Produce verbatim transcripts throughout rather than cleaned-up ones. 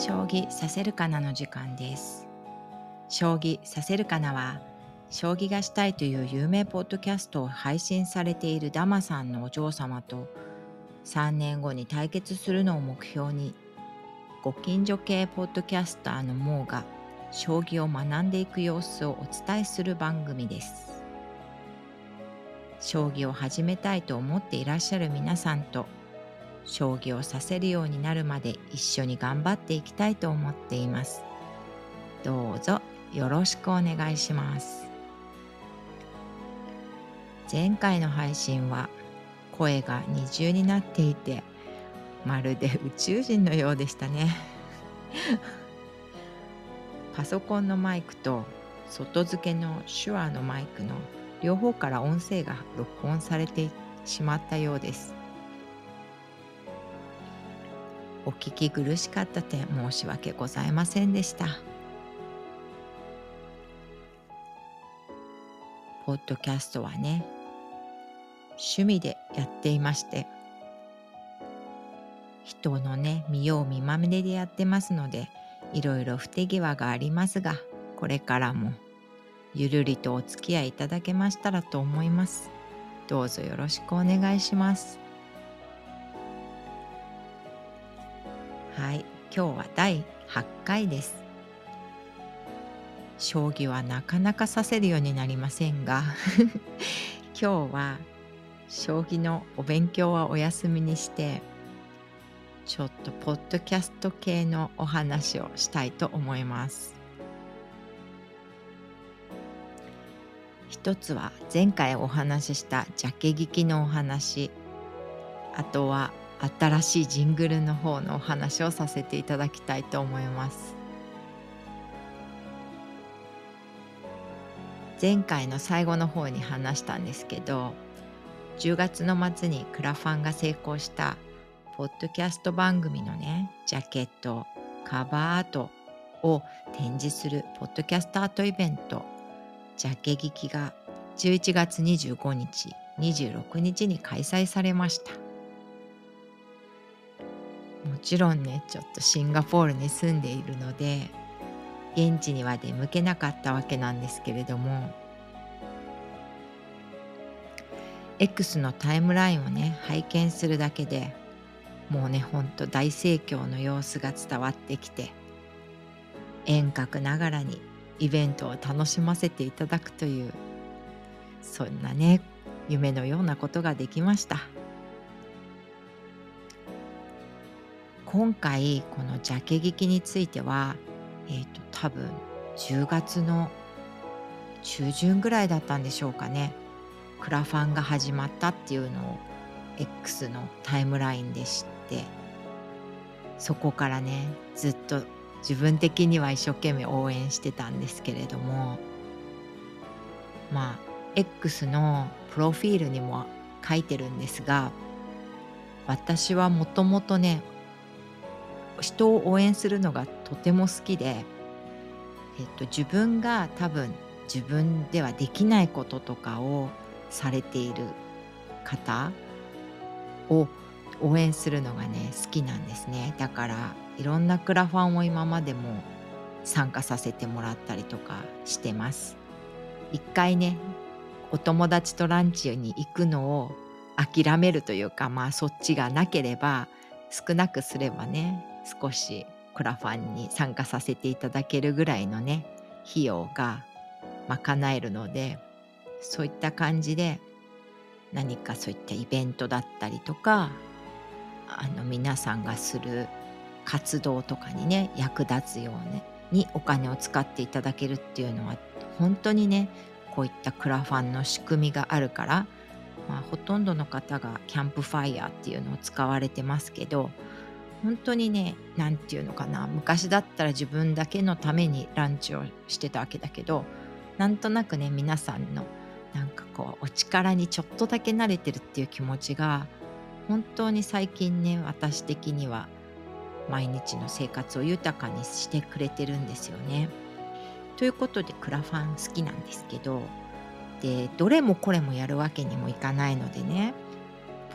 将棋させるかなの時間です。将棋させるかなは、将棋がしたいという有名ポッドキャストを配信されているダマさんのお嬢様とさんねんごに対決するのを目標に、ご近所系ポッドキャスターのモーが将棋を学んでいく様子をお伝えする番組です。将棋を始めたいと思っていらっしゃる皆さんと、将棋をさせるようになるまで一緒に頑張っていきたいと思っています。どうぞよろしくお願いします。前回の配信は声が二重になっていて、まるで宇宙人のようでしたね。パソコンのマイクと外付けの手話のマイクの両方から音声が録音されてしまったようです。お聞き苦しかった点申し訳ございませんでした。ポッドキャストはね、趣味でやっていまして、人のね、見よう見まねでやってますので、いろいろ不手際がありますが、これからもゆるりとお付き合いいただけましたらと思います。どうぞよろしくお願いします。はい、今日はだいはちかいです。将棋はなかなか指せるようになりませんが今日は将棋のお勉強はお休みにして、ちょっとポッドキャスト系のお話をしたいと思います。一つは前回お話ししたジャケ聞きのお話、あとは新しいジングルの方のお話をさせていただきたいと思います。前回の最後の方に話したんですけど、じゅうがつの末にクラファンが成功したポッドキャスト番組のね、ジャケット、カバーアートを展示するポッドキャストアートイベント、ジャケ聞きがじゅういちがつにじゅうごにち、にじゅうろくにちに開催されました。もちろんね、ちょっとシンガポールに住んでいるので、現地には出向けなかったわけなんですけれども、X のタイムラインをね、拝見するだけでもうね、ほんと大盛況の様子が伝わってきて、遠隔ながらにイベントを楽しませていただくという、そんなね、夢のようなことができました。今回このジャケ聞きについては、えっと多分じゅうがつの中旬ぐらいだったんでしょうかね。クラファンが始まったっていうのを X のタイムラインで知って、そこからね、ずっと自分的には一生懸命応援してたんですけれども、まあ X のプロフィールにも書いてるんですが、私はもともとね、人を応援するのがとても好きで、えっと、自分が多分自分ではできないこととかをされている方を応援するのがね、好きなんですね。だからいろんなクラファンを今までも参加させてもらったりとかしてます。一回ね、お友達とランチに行くのを諦めるというか、まあそっちがなければ、少なくすればね、少しクラファンに参加させていただけるぐらいのね、費用が賄えるので、そういった感じで何かそういったイベントだったりとか、あの皆さんがする活動とかにね、役立つようねにお金を使っていただけるっていうのは、本当にね、こういったクラファンの仕組みがあるから、まあ、ほとんどの方がキャンプファイヤーっていうのを使われてますけど、本当にね、なんていうのかな、昔だったら自分だけのためにランチをしてたわけだけど、なんとなくね、皆さんのなんかこうお力にちょっとだけ慣れてるっていう気持ちが、本当に最近ね、私的には毎日の生活を豊かにしてくれてるんですよね。ということでクラファン好きなんですけど、でどれもこれもやるわけにもいかないのでね、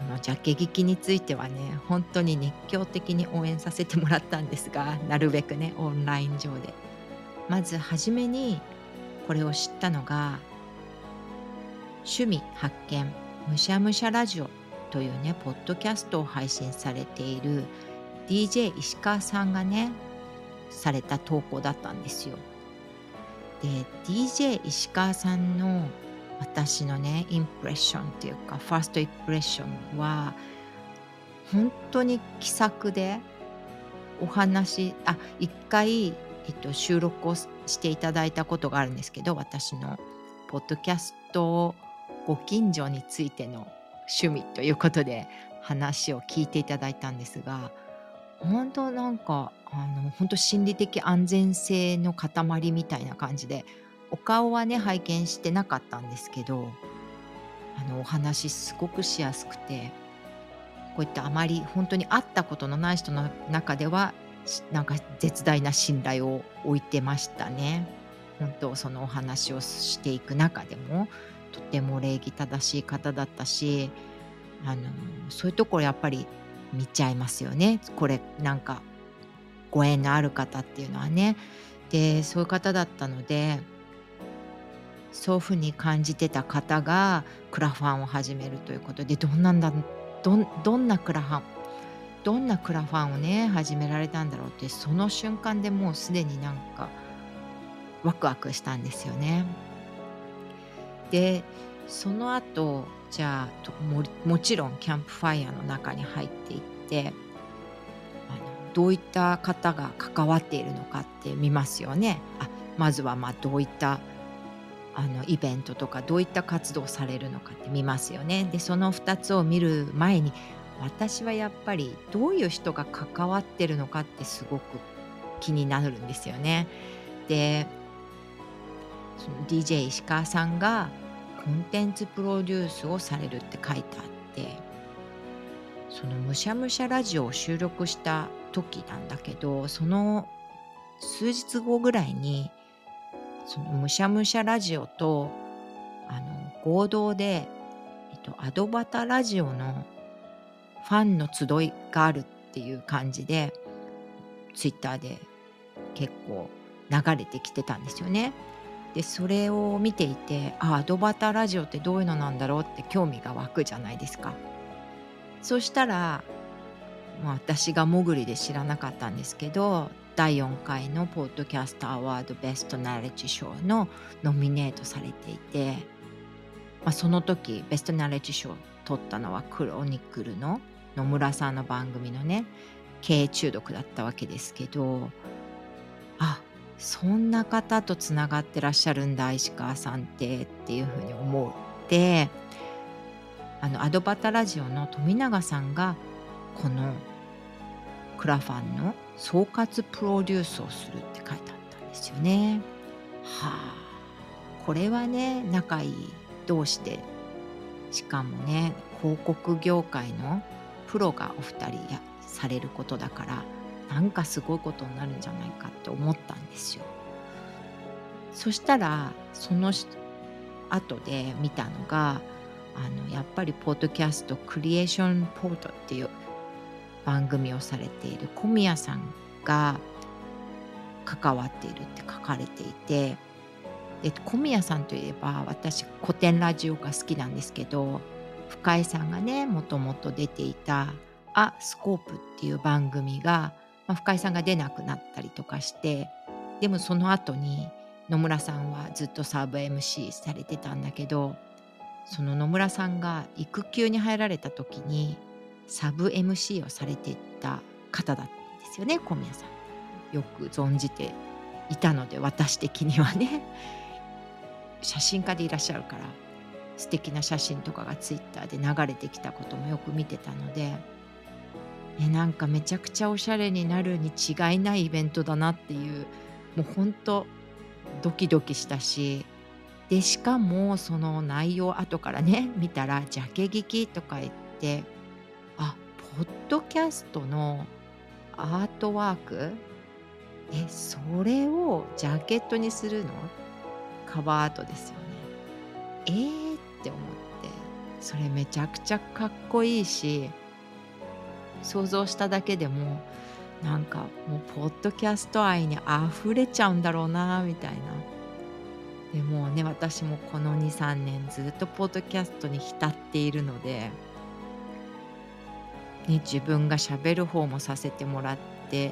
このジャケ聞きについてはね、本当に熱狂的に応援させてもらったんですが、なるべくね、オンライン上で。まず初めにこれを知ったのが、趣味発見むしゃむしゃラジオというね、ポッドキャストを配信されている ディージェー 石川さんがね、された投稿だったんですよ。で、ディージェー 石川さんの私のね、インプレッションっていうか、ファーストインプレッションは、本当に気さくで、お話あ、一回、えっと、収録をししていただいたことがあるんですけど、私のポッドキャストご近所についての趣味ということで話を聞いていただいたんですが、本当なんか、あの、本当心理的安全性の塊みたいな感じで、お顔はね、拝見してなかったんですけど、あの、お話すごくしやすくて、こういったあまり本当に会ったことのない人の中では、しなんか絶大な信頼を置いてましたね。本当そのお話をしていく中でも、とても礼儀正しい方だったし、あの、そういうところやっぱり見ちゃいますよね。これなんかご縁のある方っていうのはね。で、そういう方だったので、そういう風に感じてた方がクラファンを始めるということで、どんなんだどんどんなクラファンどんなクラファンをね、始められたんだろうって、その瞬間でもうすでになんかワクワクしたんですよね。で、その後、じゃあ、とももちろんキャンプファイヤーの中に入っていって、あの、どういった方が関わっているのかって見ますよね。あ、まずは、ま、どういったあの、イベントとか、どういった活動をされるのかって見ますよね。で、そのふたつを見る前に、私はやっぱりどういう人が関わってるのかってすごく気になるんですよね。で、その ディージェー 石川さんがコンテンツプロデュースをされるって書いてあって、そのむしゃむしゃラジオを収録した時なんだけど、その数日後ぐらいに、そのむしゃむしゃラジオと、あの、合同で、えっと、アドバタラジオのファンの集いがあるっていう感じで、ツイッターで結構流れてきてたんですよね。で、それを見ていて、あ、アドバタラジオってどういうのなんだろうって興味が湧くじゃないですか。そしたら、まあ、私が潜りで知らなかったんですけど、だいよんかいのポッドキャストアワードベストナレッジ賞のノミネートされていて、まあ、その時ベストナレッジ賞を取ったのはクロニクルの野村さんの番組のね、経営中毒だったわけですけど、あ、そんな方とつながってらっしゃるんだ、石川さんってっていう風に思って、あのアドバタラジオの富永さんがこのクラファンの総括プロデュースをするって書いてあったんですよね。はあ、これはね、仲いい同士で、しかもね、広告業界のプロがお二人やされることだから、なんかすごいことになるんじゃないかって思ったんですよ。そしたら、そのし後で見たのが、あの、やっぱりポッドキャストクリエーションポートっていう番組をされている小宮さんが関わっているって書かれていて、で、小宮さんといえば、私古典ラジオが好きなんですけど、深井さんがね、もともと出ていた「ア・スコープ」っていう番組が、まあ、深井さんが出なくなったりとかして、でもその後に野村さんはずっとサブ エムシー されてたんだけど、その野村さんが育休に入られた時に、サブ エムシー をされていた方だったんですよね、小宮さん。よく存じていたので、私的にはね。写真家でいらっしゃるから、素敵な写真とかがツイッターで流れてきたこともよく見てたので、え、なんかめちゃくちゃおしゃれになるに違いないイベントだなっていう、もうほんとドキドキしたし、で、しかもその内容後からね、見たらジャケ聞きとか言って、あ、ポッドキャストのアートワーク、え、それをジャケットにするの？カバーアートですよね。ええって思って。 それめちゃくちゃかっこいいし、想像しただけでも、なんかもうポッドキャスト愛に溢れちゃうんだろうなみたいな。でもね、私もこのに、さんねんずっとポッドキャストに浸っているので、ね、自分が喋る方もさせてもらって、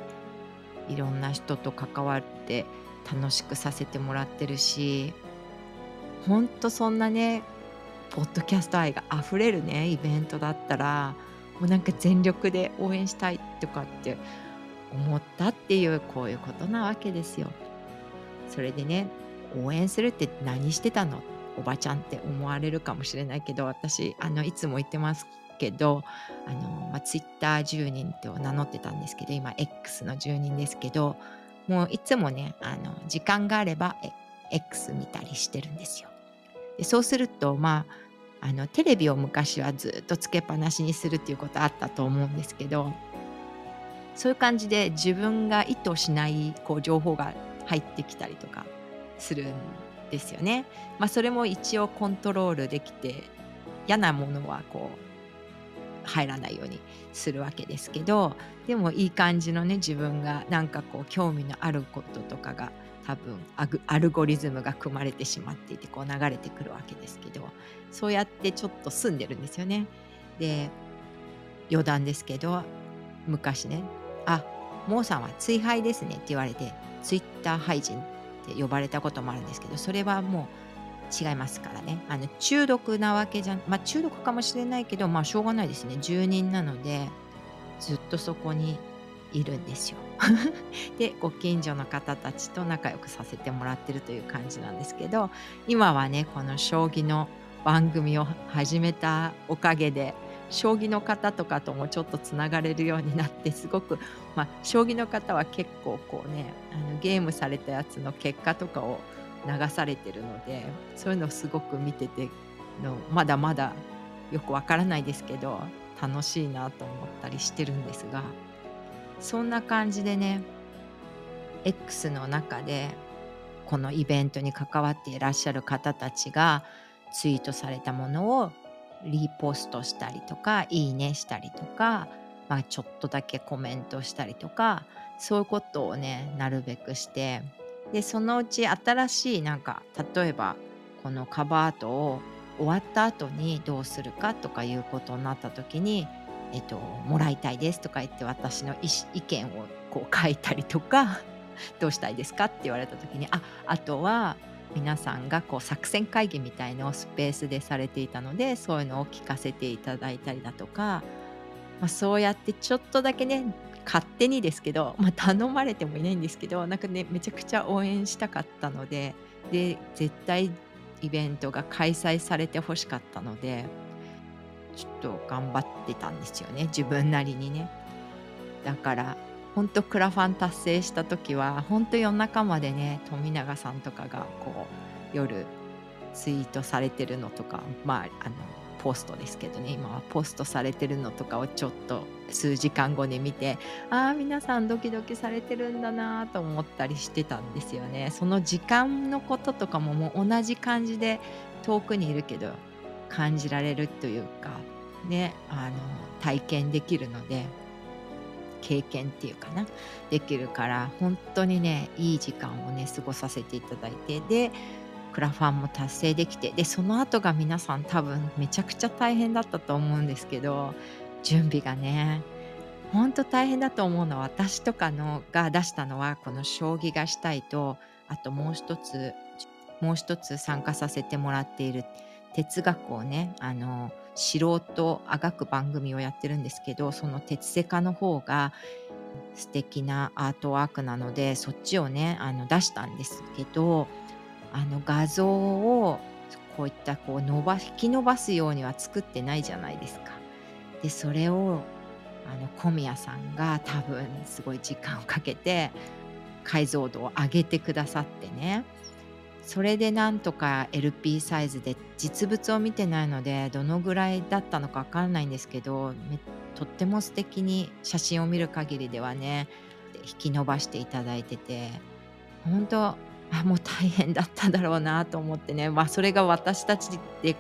いろんな人と関わって楽しくさせてもらってるし、ほんとそんなね、ポッドキャスト愛が溢れるね、イベントだったら、もうなんか全力で応援したいとかって思ったっていう、こういうことなわけですよ。それでね、応援するって何してたの、おばちゃんって思われるかもしれないけど、私あのいつも言ってますけど、あの、ま、ツイッターじゅうにんと名乗ってたんですけど、今 X の住人ですけど、もういつもね、あの時間があれば、え X 見たりしてるんですよ。で、そうすると、まあ、あのテレビを昔はずっとつけっぱなしにするっていうことあったと思うんですけど、そういう感じで自分が意図しないこう情報が入ってきたりとかするんですよね。ま、それも一応コントロールできて、嫌なものはこう入らないようにするわけですけど、でもいい感じのね、自分がなんかこう興味のあることとかが多分アグアルゴリズムが組まれてしまっていて、こう流れてくるわけですけど、そうやってちょっと住んでるんですよね。で、余談ですけど、昔ね、「あ、モーさんは追廃ですね」って言われて、ツイッター廃人って呼ばれたこともあるんですけど、それはもう違いますからね。あの中毒なわけじゃま、中毒かもしれないけど、まあ、しょうがないですね。住人なので、ずっとそこにいるんですよ。で、ご近所の方たちと仲良くさせてもらってるという感じなんですけど、今はね、この将棋の番組を始めたおかげで、将棋の方とかともちょっとつながれるようになって、すごく、ま、将棋の方は結構こうね、あのゲームされたやつの結果とかを流されてるので、そういうのすごく見てての、まだまだよくわからないですけど、楽しいなと思ったりしてるんですが、そんな感じでね、X の中でこのイベントに関わっていらっしゃる方たちがツイートされたものをリポストしたりとか、いいねしたりとか、まあ、ちょっとだけコメントしたりとか、そういうことをね、なるべくして、で、そのうち新しいなんか、例えばこのカバーアートを終わった後にどうするかとかいうことになった時に、えっと、もらいたいですとか言って私の意思意見をこう書いたりとかどうしたいですかって言われた時に、あ、あとは皆さんがこう作戦会議みたいのをスペースでされていたので、そういうのを聞かせていただいたりだとか、まあ、そうやってちょっとだけね、勝手にですけど、まあ、頼まれてもいないんですけど、なんかね、めちゃくちゃ応援したかったので、で、絶対イベントが開催されて欲しかったので、ちょっと頑張ってたんですよね、自分なりにね。だから、ほんとクラファン達成した時は、ほんと夜中までね、富永さんとかがこう、夜ツイートされてるのとか、まあ、あの、ポストですけどね、今はポストされてるのとかをちょっと数時間後に見て、ああ、皆さんドキドキされてるんだなと思ったりしてたんですよね。その時間のこととかも、もう同じ感じで遠くにいるけど、感じられるというか、ね、あの、体験できるので経験っていうかな、できるから、本当にね、いい時間をね、過ごさせていただいて、で、クラファンも達成できて、で、その後が皆さん多分めちゃくちゃ大変だったと思うんですけど、準備がね、ほんと大変だと思うのは、私とかのが出したのは、この将棋がしたいと、あともう一つもう一つ参加させてもらっている哲学をね、あの、素人あがく番組をやってるんですけど、その鉄セカの方が素敵なアートワークなので、そっちをね、あの、出したんですけど、あの、画像をこういったこう伸ば引き伸ばすようには作ってないじゃないですか。で、それをあの、小宮さんが多分すごい時間をかけて解像度を上げてくださってね。それでなんとか エルピー サイズで、実物を見てないので、どのぐらいだったのかわかんないんですけど、めとっても素敵に写真を見る限りではね、で、引き伸ばしていただいてて、ほんと、あ、もう大変だっただろうなと思ってね、ま、それが私たちで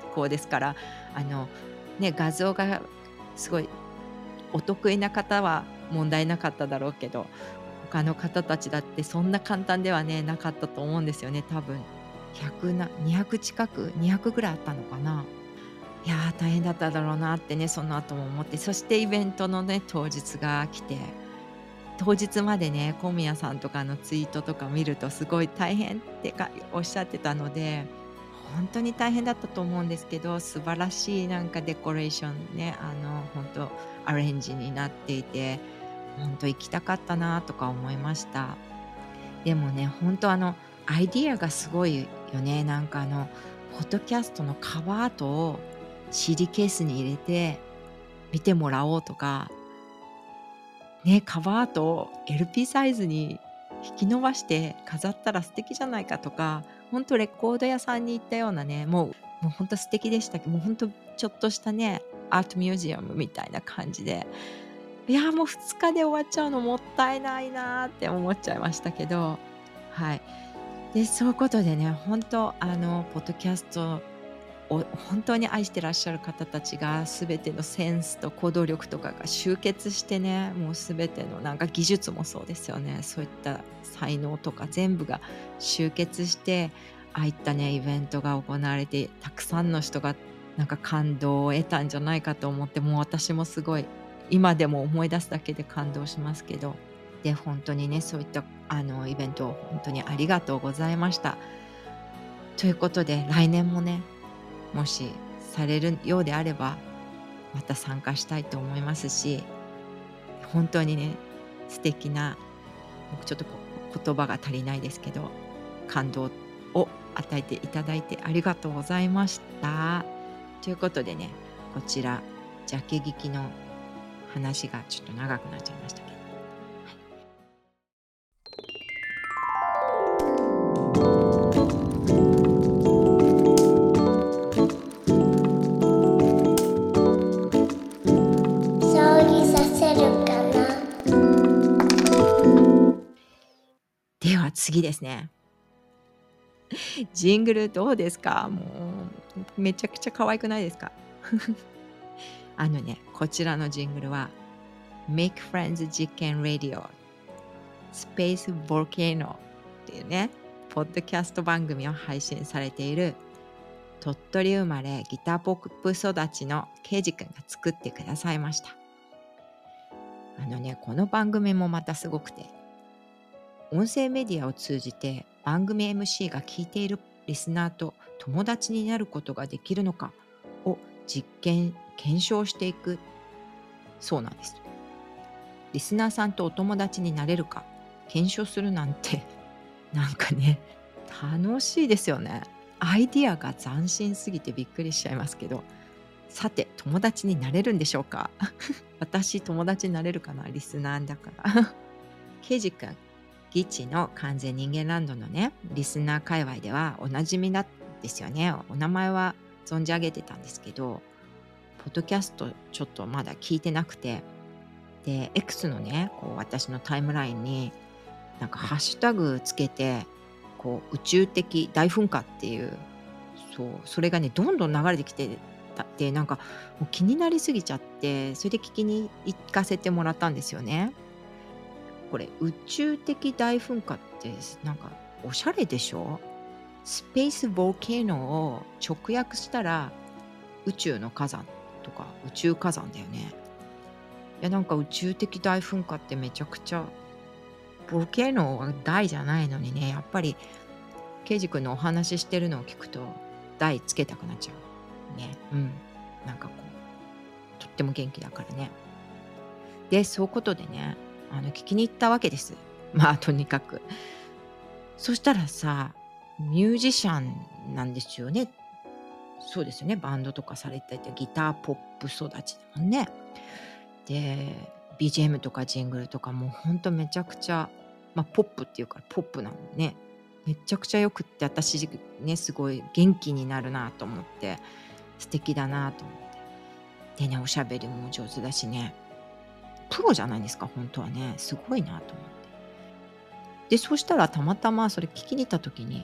構ですから、あの、ね、画像がすごいお得意な方は問題なかっただろうけど、他の方たちだってそんな簡単ではね、なかったと思うんですよね、多分。ひゃくなにひゃく近く、にひゃくぐらいあったのかな。いやー、大変だっただろうなってね、その後も思って、そしてイベントのね、当日が来て、当日までね、小宮さんとかのツイートとか見るとすごい大変ってかおっしゃってたので、ほんとに大変だったと思うんですけど、素晴らしいなんかデコレーションね、あの、ほんとアレンジになっていて、ほんと行きたかったなとか思いました。でもね、ほんとあの、アイディアがすごいよね。なんかあの、ポッドキャストのカバーアートを シーディー ケースに入れて見てもらおうとか、ね、カバーアートを エルピー サイズに引き伸ばして飾ったら素敵じゃないかとか、ほんとレコード屋さんに行ったようなね、もうもうほんと素敵でしたけど、もうほんとちょっとしたね、アートミュージアムみたいな感じで、いや、もうふつかで終わっちゃうのもったいないなって思っちゃいましたけど、はい。で、そういうことでね、ほんとあの、ポッドキャストを本当に愛してらっしゃる方たちが全てのセンスと行動力とかが集結してね、もう全てのなんか技術もそうですよね。そういった才能とか全部が集結して、ああいったね、イベントが行われて、たくさんの人がなんか感動を得たんじゃないかと思って、もう私もすごい、今でも思い出すだけで感動しますけど。で、本当にね、そういったあのイベントを本当にありがとうございました。ということで、来年もね、もしされるようであれば、また参加したいと思いますし、本当にね、素敵な、僕ちょっとこ言葉が足りないですけど、感動を与えていただいてありがとうございました。ということでね、こちら、ジャケ聞きの話がちょっと長くなっちゃいましたけど。 将棋させるかな。 では次ですね。ジングルどうですか？もう、めちゃくちゃ可愛くないですか？あのね、こちらのジングルは、Make Friends 実験 Radio Space Volcano っていうね、ポッドキャスト番組を配信されている、鳥取生まれギターポップ育ちのケイジ君が作ってくださいました。あのね、この番組もまたすごくて、音声メディアを通じて番組 エムシー が聞いているリスナーと友達になることができるのかを実験、検証していくそうなんです。リスナーさんとお友達になれるか検証するなんて、なんかね、楽しいですよね。アイディアが斬新すぎてびっくりしちゃいますけど、さて友達になれるんでしょうか？私友達になれるかな、リスナーだから。ケイジ君、ギチの完全人間ランドのね、リスナー界隈ではおなじみなんですよね。お名前は存じ上げてたんですけど、ポッドキャストちょっとまだ聞いてなくて、で、X のね、こう私のタイムラインに、なんかハッシュタグつけて、こう宇宙的大噴火っていう、そう、それがね、どんどん流れてきてたって、なんかもう気になりすぎちゃって、それで聞きに行かせてもらったんですよね。これ宇宙的大噴火ってなんかおしゃれでしょ？スペースボルケーノを直訳したら宇宙の火山とか宇宙火山だよね。いやなんか宇宙的大噴火ってめちゃくちゃ、ボルケーノは大じゃないのにね、やっぱりケイジ君のお話ししてるのを聞くと大つけたくなっちゃう。ね。うん。なんかこう、とっても元気だからね。で、そういうことでね、あの聞きに行ったわけです。まあとにかく。そしたらさ、ミュージシャンなんですよね。そうですよね。バンドとかされてて、ギターポップ育ちだもんね。で、ビージーエム とかジングルとかもうほんとめちゃくちゃ、ま、ポップっていうからポップなのね。めちゃくちゃよくって、私ね、すごい元気になるなと思って、素敵だなと思って。でね、おしゃべりも上手だしね、プロじゃないですか、ほんとはね。すごいなと思って。で、そしたらたまたまそれ聞きに行った時に、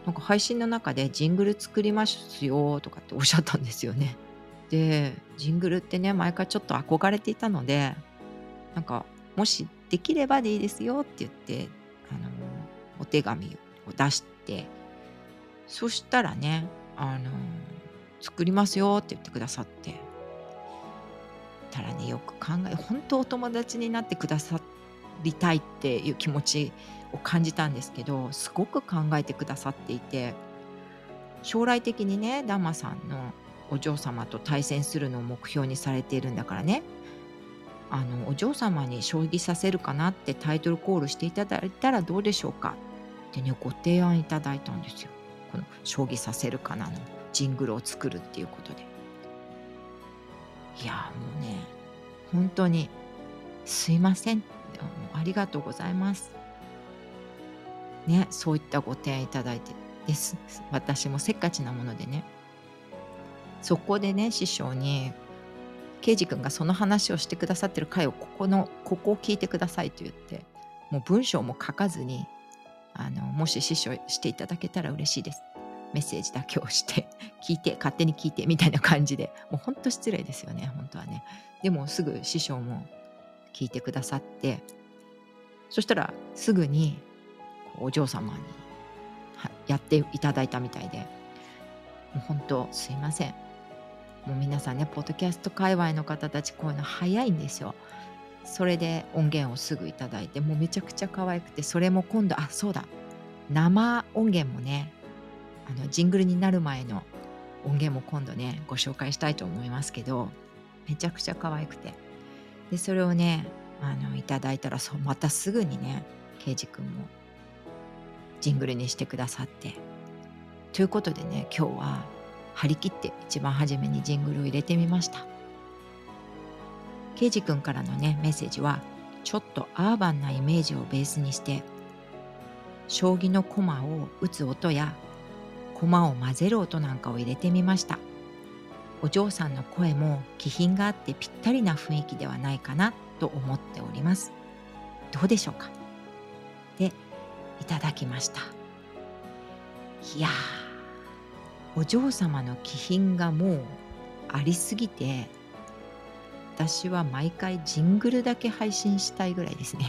なんか配信の中でジングル作りますよとかっておっしゃったんですよね。で、ジングルってね、前からちょっと憧れていたので、なんかもしできればでいいですよって言って、あの、お手紙を出して、そしたらね、あの、作りますよって言ってくださって、たらね、よく考え本当お友達になってくださりたいっていう気持ちを感じたんですけど、すごく考えてくださっていて、将来的にね、ダンマさんのお嬢様と対戦するのを目標にされているんだからね、あの、お嬢様に将棋させるかなってタイトルコールしていただいたらどうでしょうかってね、ご提案いただいたんですよ。この将棋させるかなのジングルを作るっていうことで。いや、もうね、本当にすいません。あの、ありがとうございます。ね、そういったご提案いただいてです。私もせっかちなものでね。そこでね、師匠に、ケイジ君がその話をしてくださってる回をここのここを聞いてくださいと言って、もう文章も書かずに、あの、もし師匠していただけたら嬉しいです。メッセージだけをして聞いて勝手に聞いてみたいな感じで、もうほんと失礼ですよね、本当はね。でもすぐ師匠も聞いてくださって、そしたらすぐにお嬢様に、はやっていただいたみたいで、もう本当すいません。もう皆さんね、ポッドキャスト界隈の方たちこういうの早いんですよ。それで音源をすぐいただいて、もうめちゃくちゃ可愛くて、それも今度、あ、そうだ、生音源もね、あのジングルになる前の音源も今度ね、ご紹介したいと思いますけど、めちゃくちゃ可愛くて。で、それをね、あの、いただいたら、そう、またすぐにね、ケイジ君もジングルにしてくださって。ということでね、今日は張り切って一番初めにジングルを入れてみました。ケイジ君からのね、メッセージは、ちょっとアーバンなイメージをベースにして、将棋の駒を打つ音や、駒を混ぜる音なんかを入れてみました。お嬢さんの声も気品があってぴったりな雰囲気ではないかなと思っております。どうでしょうか。で、いただきました。いやー、お嬢様の気品がもうありすぎて、私は毎回ジングルだけ配信したいぐらいですね。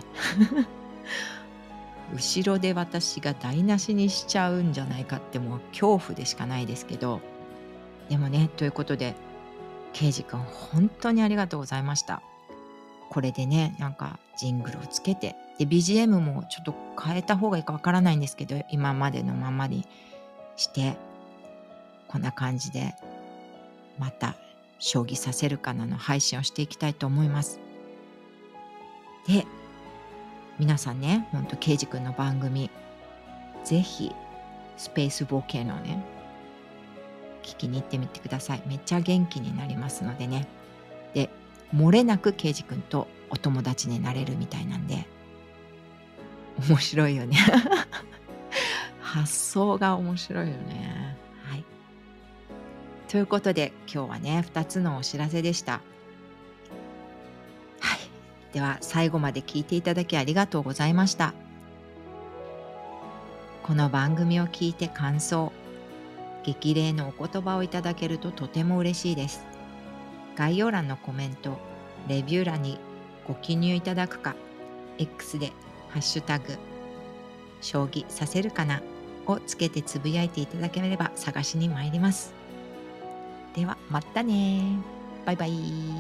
後ろで私が台無しにしちゃうんじゃないかってもう恐怖でしかないですけど、でもね、ということで、ケイジ君本当にありがとうございました。これでね、なんかジングルをつけて、で ビージーエム もちょっと変えた方がいいかわからないんですけど、今までのままにして、こんな感じでまた将棋させるかなの配信をしていきたいと思います。で、皆さんね、ほんとケイジ君の番組、ぜひスペースボケのね、聞きに行ってみてください。めっちゃ元気になりますのでね。で、漏れなくケイジ君とお友達になれるみたいなんで、面白いよね。発想が面白いよね。はい。ということで、今日はね、ふたつのお知らせでした。はい。では、最後まで聞いていただきありがとうございました。この番組を聞いて感想、激励のお言葉をいただけるととても嬉しいです。概要欄のコメント、レビュー欄にご記入いただくか、X でハッシュタグ、将棋させるかなをつけてつぶやいていただければ探しに参ります。では、またね。バイバイ。